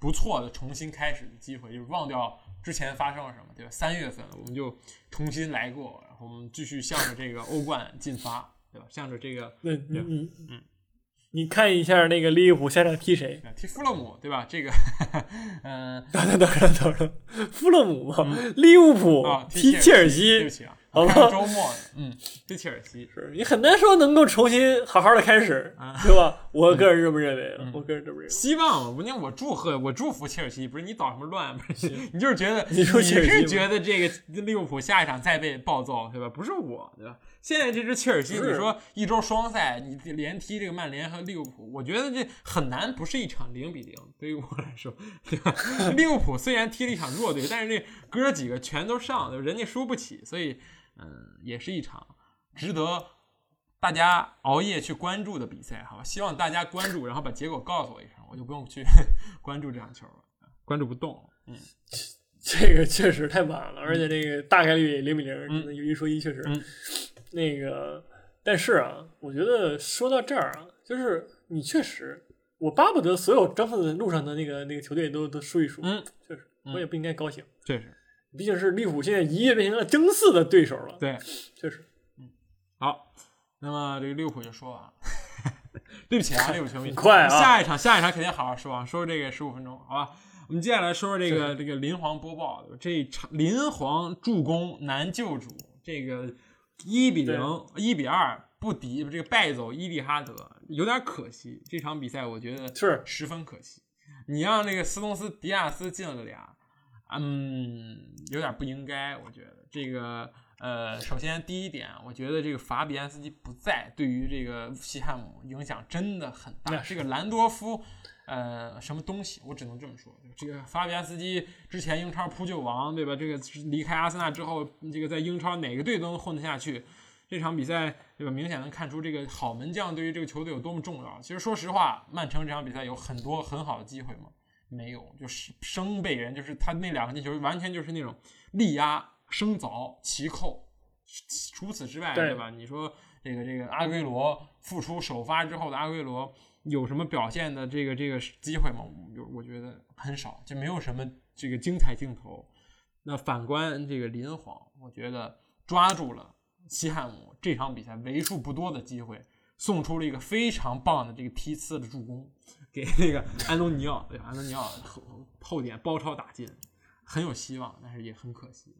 不错的重新开始的机会，就是忘掉之前发生了什么，对吧？3月份了，我们就重新来过，然后我们继续向着这个欧冠进发，对吧？向着这个， 你看一下那个利物浦下场踢谁？ 踢富勒姆，对吧？这个， 等等，富勒姆嘛，利物浦踢切尔西， 对不起啊。 好吧， 周末对切尔西是你很难说能够重新好好的开始，对吧？我个人这么认为，我个人这么认为。 希望我祝福切尔西，不是你捣什么乱，不是你就是觉得你是觉得这个利物浦下一场再被暴揍，对吧？不是我，对吧？现在这支切尔西，你说一周双赛，你连踢这个曼联和利物浦，我觉得这很难不是一场0-0，对于我来说，对吧？利物浦虽然踢了一场弱队，但是这哥几个全都上，人家输不起，所以。也是一场值得大家熬夜去关注的比赛，好吧？希望大家关注，然后把结果告诉我一声，我就不用去关注这场球了，关注不动了。 这个确实太晚了，而且这个大概率0-0，有一说一，确实。那个，但是啊，我觉得说到这儿啊，就是你确实，我巴不得所有征服的路上的那个球队都输一输，确实，我也不应该高兴， 确实。 毕竟是利物浦现在一跃变成了争四的对手了。 对， 确实。 好，那么这个利物浦就说了，对不起啊，利物浦球迷， 快啊！ 下一场肯定好好说，说这个15分钟，好吧？我们接下来说这个林皇播报，这一场林皇助攻难救主，这个1-0、1-2不敌这个败走伊蒂哈德，有点可惜。这场比赛我觉得是十分可惜。你让那个斯通斯、迪亚斯进了俩。有点不应该，我觉得这个首先第一点，我觉得这个法比安斯基不在，对于这个西汉姆影响真的很大。这个兰多夫，什么东西，我只能这么说。这个法比安斯基之前英超扑救王，对吧？这个离开阿森纳之后，这个在英超哪个队都能混得下去。这场比赛，对吧？明显能看出这个好门将对于这个球队有多么重要。其实说实话，曼城这场比赛有很多很好的机会嘛。没有，就是生被人，就是他那2个进球完全就是那种力压、生凿、奇扣。除此之外，对吧？你说这个阿圭罗复出首发之后的阿圭罗有什么表现的这个机会吗？我觉得很少，就没有什么这个精彩镜头。那反观这个林皇，我觉得抓住了西汉姆这场比赛为数不多的机会，送出了一个非常棒的这个批次的助攻。给那个安东尼奥，对吧？安东尼奥后点包抄打进，很有希望，但是也很可惜。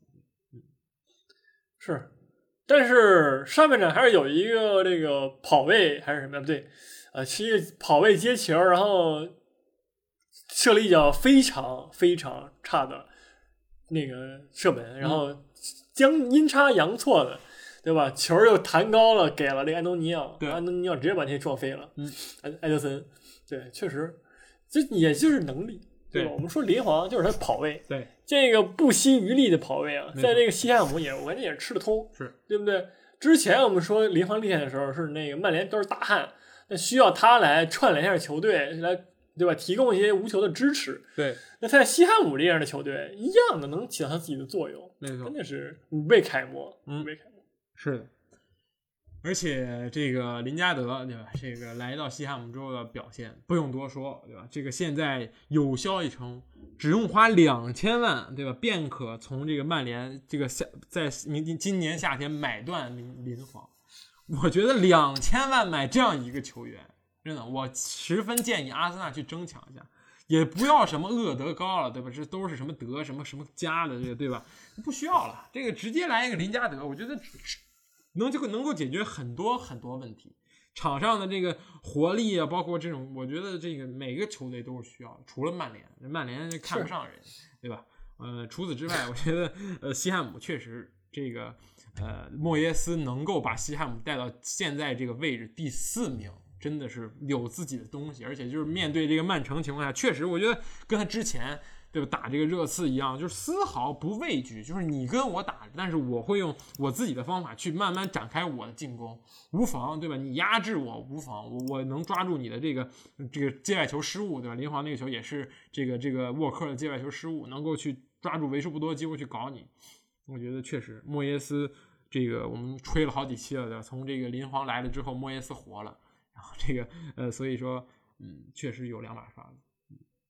是，但是上半场还是有一个这个跑位还是什么不对，是一个跑位接球，然后射了一脚非常非常差的那个射门，然后阴差阳错的，对吧？球又弹高了，给了这个安东尼奥，安东尼奥直接把那撞飞了。埃德森。对，确实，这也就是能力，对吧？我们说林皇就是他跑位， 对这个不惜余力的跑位啊，在这个西汉姆我感觉也是吃得通， 是对不对？之前我们说林皇厉害的时候，是那个曼联都是大汉，那需要他来串联一下球队，来对吧？提供一些无球的支持。 对， 那在西汉姆这样的球队，一样的能起到他自己的作用， 没错， 真的是五倍楷模， 是的。而且这个林加德，对吧？这个来到西汉姆之后的表现不用多说，对吧？这个现在有消息称，只用花2000万，对吧？便可从这个曼联这个在今年夏天买断林皇。我觉得2000万买这样一个球员，真的，我十分建议阿森纳去争抢一下，也不要什么厄德高了，对吧？这都是什么德什么加的这个，对吧？不需要了，这个直接来一个林加德，我觉得能够解决很多很多问题，场上的这个活力啊，包括这种，我觉得这个每个球队都是需要的，除了曼联看不上人，对吧？除此之外，我觉得西汉姆确实这个莫耶斯能够把西汉姆带到现在这个位置第4名，真的是有自己的东西，而且就是面对这个曼城情况下，确实我觉得跟他之前。对吧？打这个热刺一样，就是丝毫不畏惧，就是你跟我打，但是我会用我自己的方法去慢慢展开我的进攻，无妨，对吧？你压制我无妨，我能抓住你的这个界外球失误，对吧？林皇那个球也是这个沃克的界外球失误，能够去抓住为数不多的机会去搞你。我觉得确实莫耶斯这个我们吹了好几期了，对吧？从这个林皇来了之后，莫耶斯活了，然后这个所以说确实有2把刷子。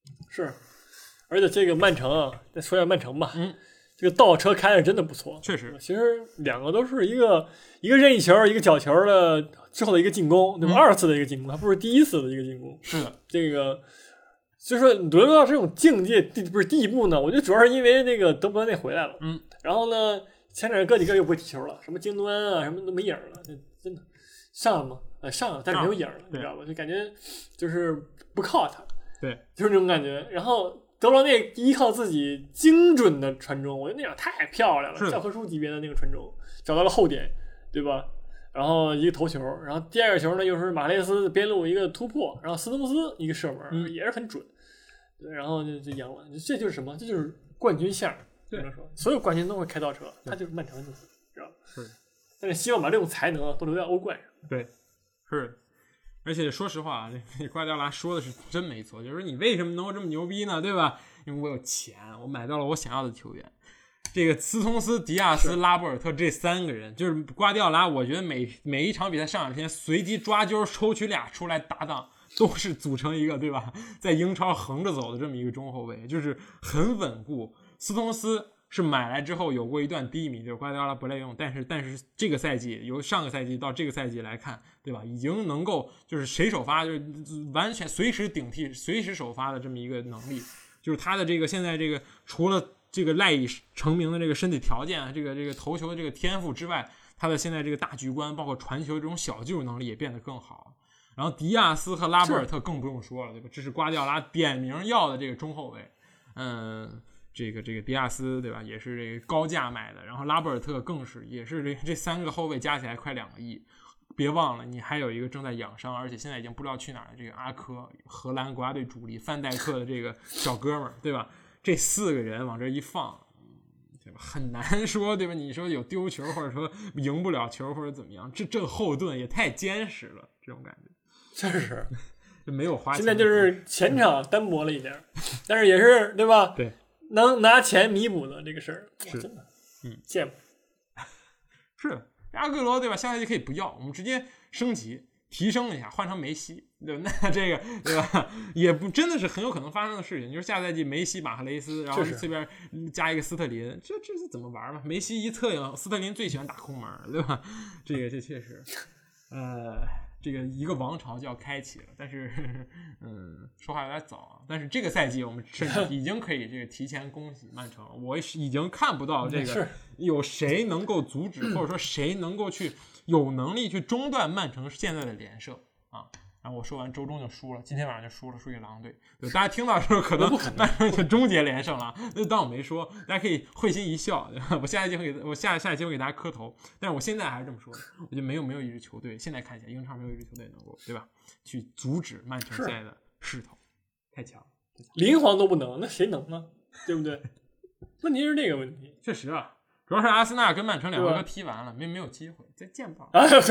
是，而且这个曼城啊，再说一下曼城吧，这个倒车开的真的不错， 确实， 其实两个都是一个任意球，一个角球的之后的一个进攻，对吧？二次的一个进攻，它不是第一次的一个进攻。 是的， 这个就是说轮到这种境界不是第一步呢，我觉得主要是因为那个德布劳内回来了，然后呢，前场哥几个又不会踢球了，什么京多安啊，什么都没影了，真的上了吗？上了，但是没有影了，你知道吧？就感觉就是不靠他， 对， 就是那种感觉。然后德布劳内依靠自己精准的传中，我觉得那样太漂亮了，教科书级别的那个传中，找到了后点，对吧？然后一个头球，然后第二个球呢又是马雷斯边路一个突破，然后斯通斯一个射门，也是很准，对，然后就赢了。这就是什么？这就是冠军相。对，所有冠军都会开倒车，他就是曼城就是，知道吧？ 是， 但是希望把这种才能都留在欧冠上。 对，是。而且说实话，这瓜迪奥拉说的是真没错，就是你为什么能够这么牛逼呢？对吧？因为我有钱，我买到了我想要的球员。这个斯通斯、迪亚斯、拉波尔特这三个人，就是瓜迪奥拉，我觉得每一场比赛上场之前，随机抓阄抽取俩出来搭档，都是组成一个，对吧？在英超横着走的这么一个中后卫，就是很稳固。斯通斯是买来之后有过一段低迷，就是瓜迪奥拉不赖用，但是这个赛季由上个赛季到这个赛季来看，对吧？已经能够就是谁首发就是完全随时顶替、随时首发的这么一个能力，就是他的这个现在这个除了这个赖以成名的这个身体条件，这个投球的这个天赋之外，他的现在这个大局观，包括传球这种小技术能力也变得更好。然后迪亚斯和拉波尔特更不用说了，对吧？这是瓜迪奥拉点名要的这个中后卫，这个迪亚斯对吧，也是这个高价买的，然后拉波尔特更是也是这三个后卫加起来快2个亿。别忘了，你还有一个正在养伤，而且现在已经不知道去哪儿的这个阿科，荷兰国家队主力范戴克的这个小哥们儿，对吧？这4个人往这一放，对吧？很难说，对吧？你说有丢球，或者说赢不了球，或者怎么样，这后盾也太坚实了，这种感觉。 确实， 就没有花钱。 现在就是前场单薄了一点，但是也是对吧？ 对， 能拿钱弥补的这个事儿， 是真的，羡慕。 是阿圭罗对吧？下赛季可以不要，我们直接升级提升一下，换成梅西，对吧？那这个对吧？也不真的是很有可能发生的事情。就是下赛季梅西、马赫雷斯，然后这边加一个斯特林，这是怎么玩嘛？梅西一策应，斯特林最喜欢打空门，对吧？这确实，这个一个王朝就要开启了，但是，说话有点早啊。但是这个赛季我们甚至已经可以这个提前恭喜曼城，我已经看不到这个有谁能够阻止，或者说谁能够去有能力去中断曼城现在的连胜啊。然后我说完，周中就输了，今天晚上就输了，输给狼队。对，大家听到的时候可能曼城就终结连胜了，那当我没说，大家可以会心一笑。我下一期会给大家磕头，但是我现在还是这么说的，我觉得没有一支球队，现在看起来英超没有一支球队能够，对吧？去阻止曼城现在的势头，太强了。 林皇都不能，那谁能呢？对不对？问题是这个问题， 确实啊。主要是阿森纳跟曼城2回合踢完了，没有机会，再见不到。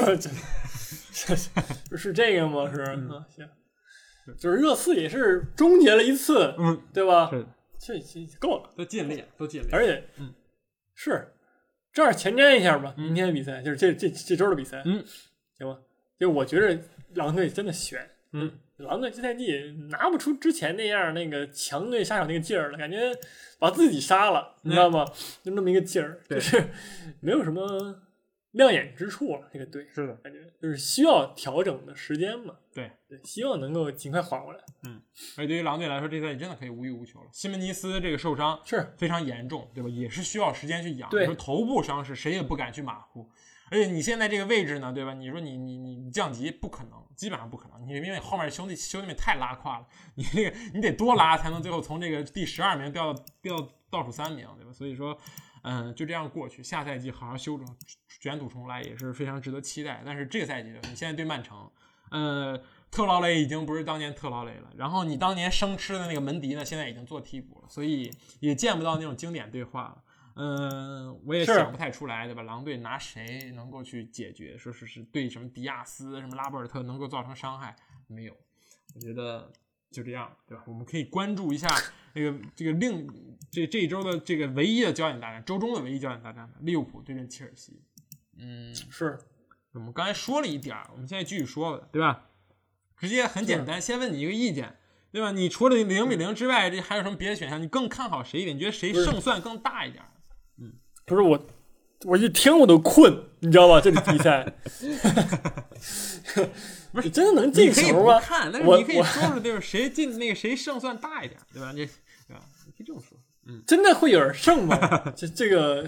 是这个吗？是行，就是热刺也是终结了一次，对吧？这够了， 都尽力， 而且，是这儿前瞻一下吧，明天的比赛就是这周的比赛，行吧？就我觉得狼队真的悬，狼队这赛季拿不出之前那样那个强队杀手那个劲儿了，感觉把自己杀了，你知道吗？就那么一个劲儿，就是没有什么亮眼之处了。这个队是的， 感觉就是需要调整的时间嘛。 对， 希望能够尽快缓过来。 而对于狼队来说，这赛季真的可以无欲无求了。西门尼斯这个受伤是非常严重，对吧？也是需要时间去养。 对， 说头部伤势谁也不敢去马虎。而且你现在这个位置呢，对吧？你说你降级不可能，基本上不可能。你因为后面兄弟们太拉胯了，你得多拉才能最后从这个第12名掉倒数3名，对吧？所以说，就这样过去。下赛季好好修整，卷土重来也是非常值得期待。但是这个赛季你现在对曼城，特劳雷已经不是当年特劳雷了，然后你当年生吃的那个门迪呢，现在已经做替补了，所以也见不到那种经典对话了。我也想不太出来，对吧？狼队拿谁能够去解决？说是对什么迪亚斯、什么拉波尔特能够造成伤害？没有，我觉得就这样，对吧？我们可以关注一下这一周的这个唯一的焦点大战，周中的唯一焦点大战，利物浦对阵切尔西。 是我们刚才说了一点，我们现在继续说吧，对吧？直接很简单，先问你一个意见。 对吧？你除了0-0之外，这还有什么别的选项？你更看好谁一点？你觉得谁胜算更大一点？ 不是我一听我都困，你知道吧？这个比赛， 不是真的能进球吗？ 看，但是你可以说说，对吧？谁进那个谁胜算大一点，对吧？对吧？你可以这么说。 真的会有人胜吗？这个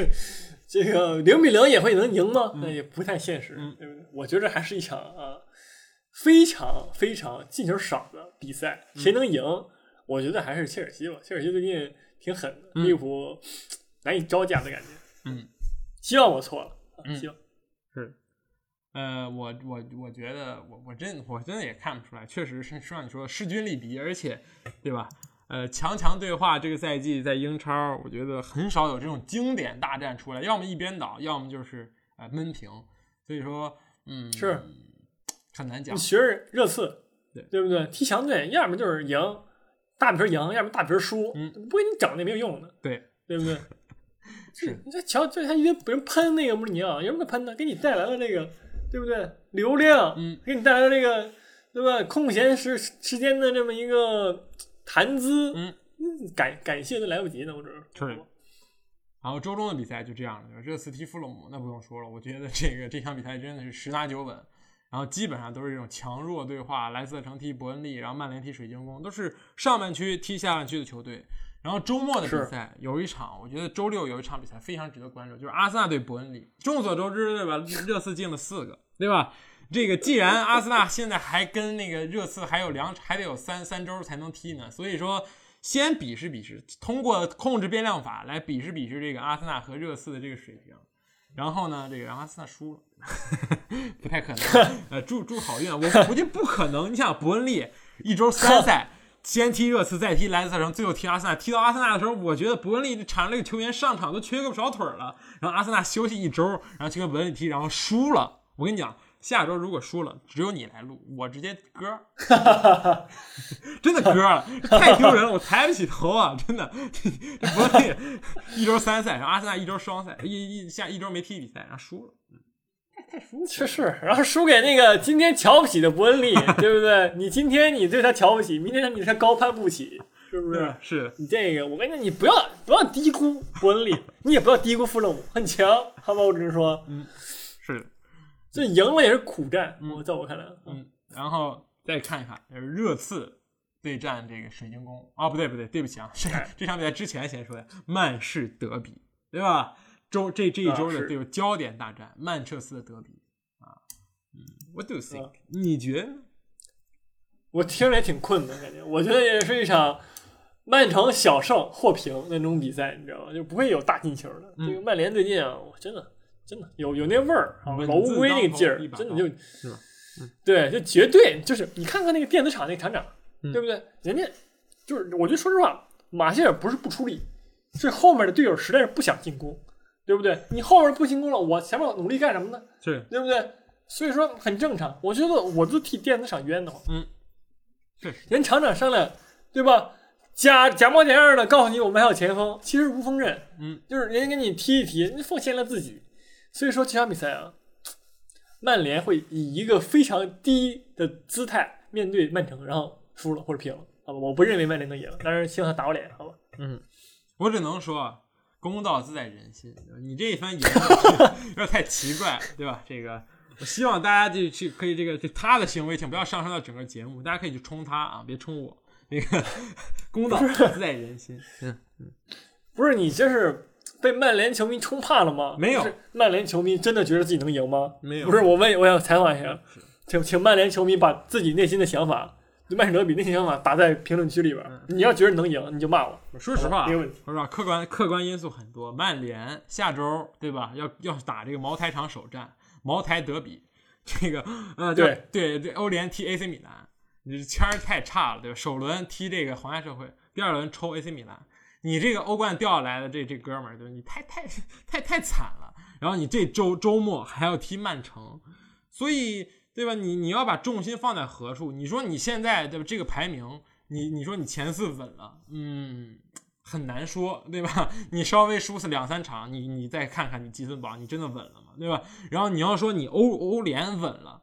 0-0也会能赢吗？那也不太现实，对不对？我觉得还是一场非常非常进球少的比赛，谁能赢？我觉得还是切尔西吧。切尔西最近挺狠的，利物浦难以招架的感觉。希望我错了，希望是。我觉得我真的也看不出来，确实是像你说势均力敌，而且对吧？强对话这个赛季在英超，我觉得很少有这种经典大战出来，要么一边倒，要么就是闷平。所以说， 是很难讲。 你学热刺，对不对？踢强队，要么就是赢大比分赢，要么大比分输，不给你整那没有用的，对不对？是你这瞧，这还一堆人喷那个穆里尼奥，有什么可喷的？给你带来了这个，对不对？流量，给你带来了这个，对吧？空闲时间的这么一个谈资，感谢都来不及呢，我只是。 然后周中的比赛就这样了，热刺踢富勒姆，那不用说了，我觉得这场比赛真的是10拿9稳，然后基本上都是这种强弱对话，莱斯特城踢伯恩利，然后曼联踢水晶宫，都是上半区踢下半区的球队。然后周末的比赛有一场，我觉得周六有一场比赛非常值得关注，就是阿森纳对伯恩利。众所周知，对吧？热刺进了4个，对吧？这个既然阿森纳现在还跟那个热刺还得有三周才能踢呢，所以说先比试，通过控制变量法来比试这个阿森纳和热刺的这个水平。然后呢，这个让阿森纳输了，不太可能。祝好运啊！我觉得不可能。你想伯恩利一周3赛。先踢热刺，再踢莱斯特城，最后踢阿森纳。踢到阿森纳的时候，我觉得伯恩利场上这个球员上场都缺个不少腿了。然后阿森纳休息1周，然后去跟伯恩利踢，然后输了。我跟你讲，下周如果输了，只有你来录，我直接割，真的割了，太丢人了，我抬不起头啊！真的，这伯恩利1周3赛，然后阿森纳1周双赛，一周没踢比赛，然后输了。太服气是，然后输给那个今天瞧不起的伯恩利，对不对？你今天你对他瞧不起，明天你对他高攀不起，是不是？ 是你这个，我跟你讲，你不要低估伯恩利，你也不要低估富勒姆，很强，好吧？我只是说， 是的， 这赢了也是苦战，在我看来， 然后再看一看，热刺对战这个水晶宫啊，不对，对不起啊，这场比赛之前先说的曼市德比，对吧？这一周的这个焦点大战，曼彻斯的德比啊，What do you think？你觉得？ 我听着也挺困的感觉，我觉得也是一场曼城小胜或平那种比赛，你知道吗？就不会有大进球的。这个曼联最近啊，我真的有那味儿，老乌龟那个劲儿，真的就是吧？ 对，就绝对就是你看看那个电子厂那个厂长，对不对？人家就是我觉得说实话，马歇尔不是不出力，是后面的队友实在是不想进攻。对不对？你后面不进攻了，我前面努力干什么呢？ 是， 对不对？所以说很正常。我觉得我就替电子厂冤得慌。 是， 人厂长上来，对吧？假模假样的告诉你我们还有前锋，其实无锋刃。就是人家给你踢一踢，你奉献了自己。所以说这场比赛啊，曼联会以一个非常低的姿态面对曼城，然后输了或者平了，好吧？我不认为曼联能赢，但是希望他打我脸，好吧？ 我只能说。公道自在人心，你这一番言有点太奇怪，对吧？这个，我希望大家就去可以这他的行为，请不要上升到整个节目，大家可以去冲他啊，别冲我。那个公道自在人心， 不是你这是被曼联球迷冲怕了吗？ 没有， 曼联球迷真的觉得自己能赢吗？ 没有， 不是我想采访一下，请曼联球迷把自己内心的想法。曼市德比那些想法打在评论区里边，你要觉得能赢，你就骂我。 说实话， 没有问题。 说实话，客观因素很多。曼联下周对吧？要打这个茅台场首战，茅台德比。这个对，欧联踢 AC 米兰，你这签儿太差了，对吧？首轮踢这个皇家社会，第2轮抽 AC 米兰，你这个欧冠掉下来的这哥们儿，对吧？你太惨了。然后你这周末还要踢曼城，所以。对吧？你要把重心放在何处？你说你现在对吧？这个排名，你说你前4稳了，很难说，对吧？你稍微输2-3场，你再看看你积分榜，你真的稳了吗？对吧？然后你要说你欧联稳了，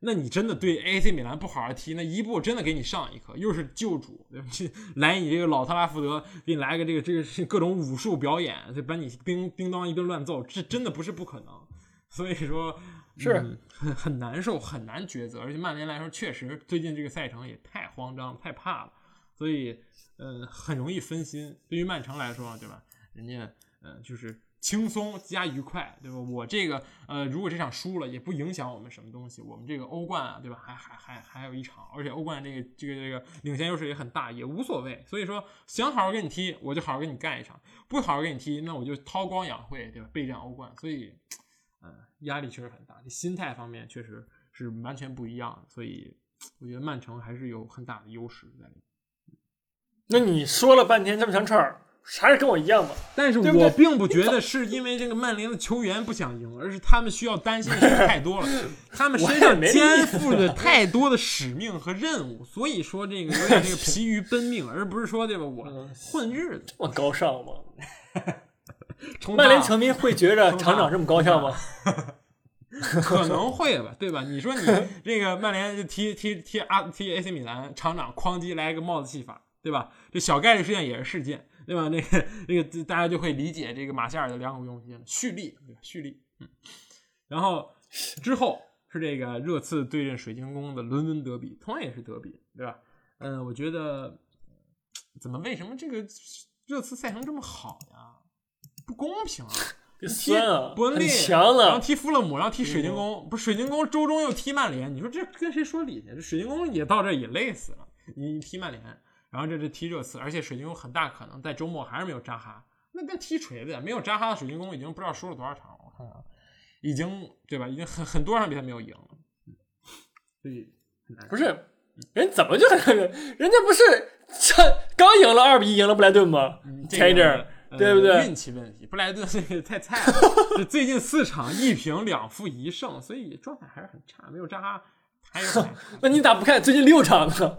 那你真的对 AC 米兰不好好踢，那伊布真的给你上一课，又是救主，对吧？来你这个老特拉福德，给你来个这个各种武术表演，就把你叮当一顿乱揍，这真的不是不可能。所以说是很难受，很难抉择。而且曼联来说，确实最近这个赛程也太慌张、太怕了，所以很容易分心。对于曼城来说，对吧？人家就是轻松加愉快，对吧？我这个如果这场输了，也不影响我们什么东西。我们这个欧冠啊，对吧？还有一场，而且欧冠这个领先优势也很大，也无所谓。所以说，想好好跟你踢，我就好好跟你干一场；不好好跟你踢，那我就韬光养晦，对吧？备战欧冠。所以，压力确实很大，这心态方面确实是完全不一样的。所以，我觉得曼城还是有很大的优势在里面。 那你说了半天这么长串，还是跟我一样吧？ 但是我并不觉得是因为这个曼联的球员不想赢，而是他们需要担心的事太多了，他们身上肩负着太多的使命和任务，所以说这个有点这个疲于奔命，而不是说对吧？我混日子， 这么高尚吗？曼联球迷会觉着厂长这么高尚吗？ 可能会吧，对吧？你说你这个曼联就踢 AC 米兰，厂长哐叽来个帽子戏法，对吧？这小概率事件也是事件。对吧？那个大家就会理解这个马夏尔的良苦用心，蓄力，对吧？蓄力，然后之后是这个热刺对阵水晶宫的伦敦德比，同样也是德比，对吧？我觉得为什么这个热刺赛程这么好呀？不公平啊！踢伯恩利强了， 然后踢富勒姆，然后踢水晶宫，不是水晶宫周中又踢曼联，你说这跟谁说理去？这水晶宫也到这也累死了，你踢曼联。然后这是踢热刺，而且水晶宫很大可能在周末还是没有扎哈，那跟踢锤子呀！没有扎哈的水晶宫已经不知道输了多少场，我看看，已经对吧？已经很多场比赛没有赢了，所以不是人怎么就人家不是刚赢了2-1赢了布莱顿吗？前一阵对不对？ 运气问题，布莱顿这个太菜了，就最近4场1平2负1胜，所以状态还是很差，没有扎哈。 那你咋不看最近6场呢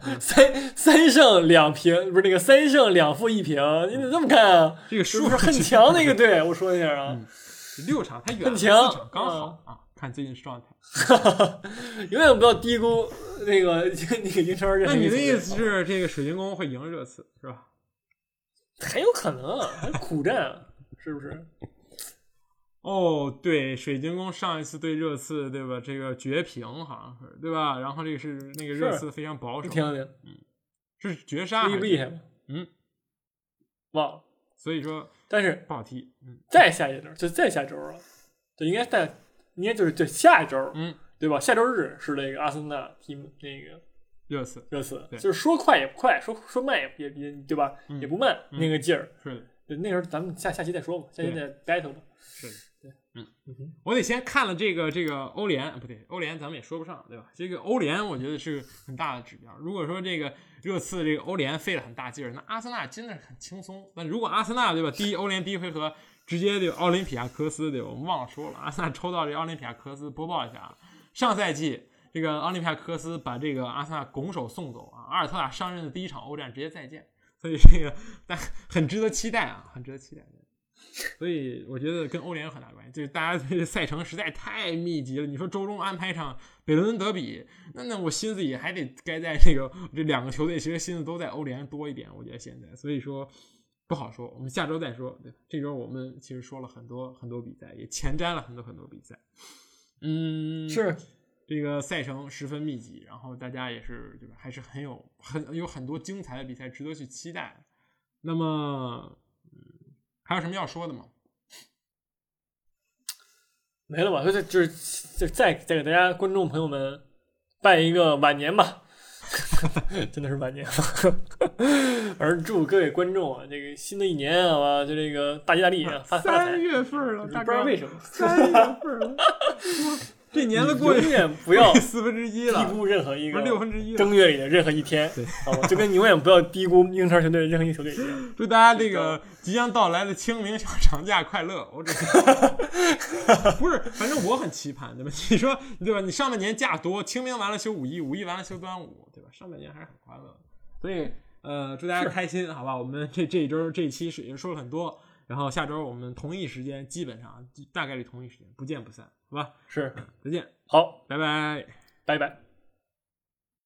？3胜2平，不是那个3胜2负1平，你得这么看啊。 这个数是很强的一个队，我说一下啊。 6场太远了， 很强， 4场刚好啊。看最近状态， 永远不要低估那个英超。 那你的意思是这个水晶宫会赢热刺是吧？ 很有可能，还苦战，是不是？ 哦，对，水晶宫上一次对热刺，对吧？这个绝平好像是，对吧？然后这个是那个热刺非常保守，是绝杀， 厉害吗？忘了。 所以说， 但是不好踢。 再下一周就再下周了，就应该就是对下一周，对吧？下周日是那个阿森纳踢那个热刺，就是说快也不快，说慢也对吧？也不慢，那个劲儿是的。 对，那时候咱们下期再说吧，下期再 battle 吧。 是的。我得先看了这个欧联，不对，欧联咱们也说不上，对吧？这个欧联我觉得是很大的指标。如果说这个热刺这个欧联费了很大劲儿，那阿森纳真的是很轻松。那如果阿森纳对吧，欧联第一回合直接对奥林匹亚科斯，对吧？我们忘了说了，阿森纳抽到这奥林匹亚科斯，播报一下，上赛季这个奥林匹亚科斯把这个阿森纳拱手送走啊，阿尔特塔上任的第1场欧战直接再见，所以这个但很值得期待啊，很值得期待。所以我觉得跟欧联有很大关系，就是大家这个赛程实在太密集了。你说周中安排一场北伦敦德比，那我心思也还得该在这2个球队，其实心思都在欧联多一点，我觉得现在，所以说不好说，我们下周再说。对，这周我们其实说了很多比赛，也前瞻了很多比赛。 是这个赛程十分密集，然后大家也是对吧？还是有很多精彩的比赛值得去期待。那么。还有什么要说的吗？ 没了吧？就是再给大家观众朋友们拜一个晚年吧，真的是晚年。而祝各位观众啊，这个新的一年啊，就这个大吉大利啊，发财。 3月份了， 不知道为什么 3月份了。这年子过永远不要 1/4了， 低估任何一个 1/6 正月里的任何一天， 对， 好吧，就跟你永远不要低估英超球队任何一个球队一样。 祝大家这个即将到来的清明小长假快乐！我只不是，反正我很期盼，对吧？你说对吧？你上半年假多，清明完了休5一，5一完了休端午，对吧？上半年还是很快乐的，所以祝大家开心，好吧？我们这一周这一期也说了很多。然后下周我们同一时间，基本上大概率同一时间，不见不散，好吧？ 是， 再见， 好， 拜拜。 拜拜。